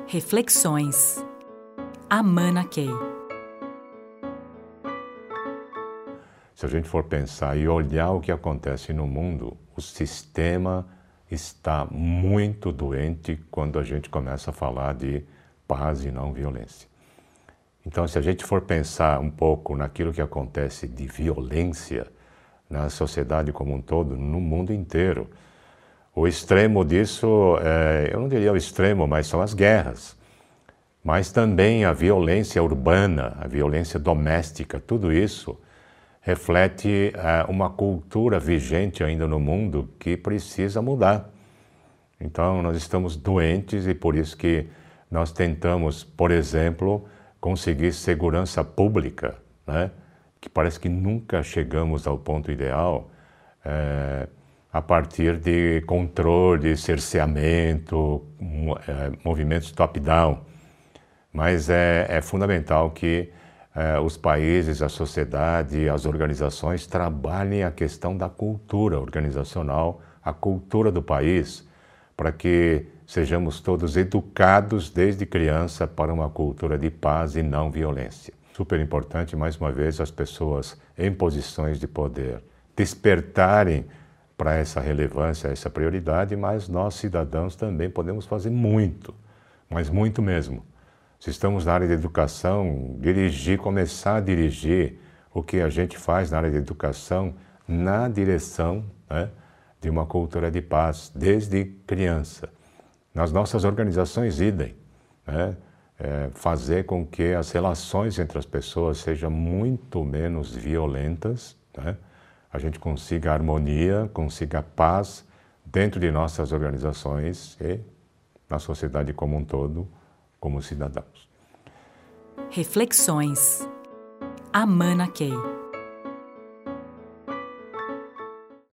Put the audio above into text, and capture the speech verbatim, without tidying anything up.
Reflexões. Amana Key. Se a gente for pensar e olhar o que acontece no mundo, o sistema está muito doente quando a gente começa a falar de paz e não violência. Então, se a gente for pensar um pouco naquilo que acontece de violência na sociedade como um todo, no mundo inteiro, o extremo disso, é, eu não diria o extremo, mas são as guerras. Mas também a violência urbana, a violência doméstica, tudo isso reflete é, uma cultura vigente ainda no mundo que precisa mudar. Então, nós estamos doentes e por isso que nós tentamos, por exemplo, conseguir segurança pública, né? Que parece que nunca chegamos ao ponto ideal, é, a partir de controle, cerceamento, é, movimentos top-down. Mas é, é fundamental que é, os países, a sociedade, as organizações trabalhem a questão da cultura organizacional, a cultura do país, para que sejamos todos educados desde criança para uma cultura de paz e não violência. Super importante, mais uma vez, as pessoas em posições de poder despertarem para essa relevância, essa prioridade, mas nós, cidadãos, também podemos fazer muito, mas muito mesmo. Se estamos na área de educação, dirigir, começar a dirigir o que a gente faz na área de educação na direção, né, de uma cultura de paz, desde criança. Nas nossas organizações, idem, né? É, fazer com que as relações entre as pessoas sejam muito menos violentas, né? A gente consiga harmonia, consiga paz dentro de nossas organizações e na sociedade como um todo, como cidadãos. Reflexões. Amana Key.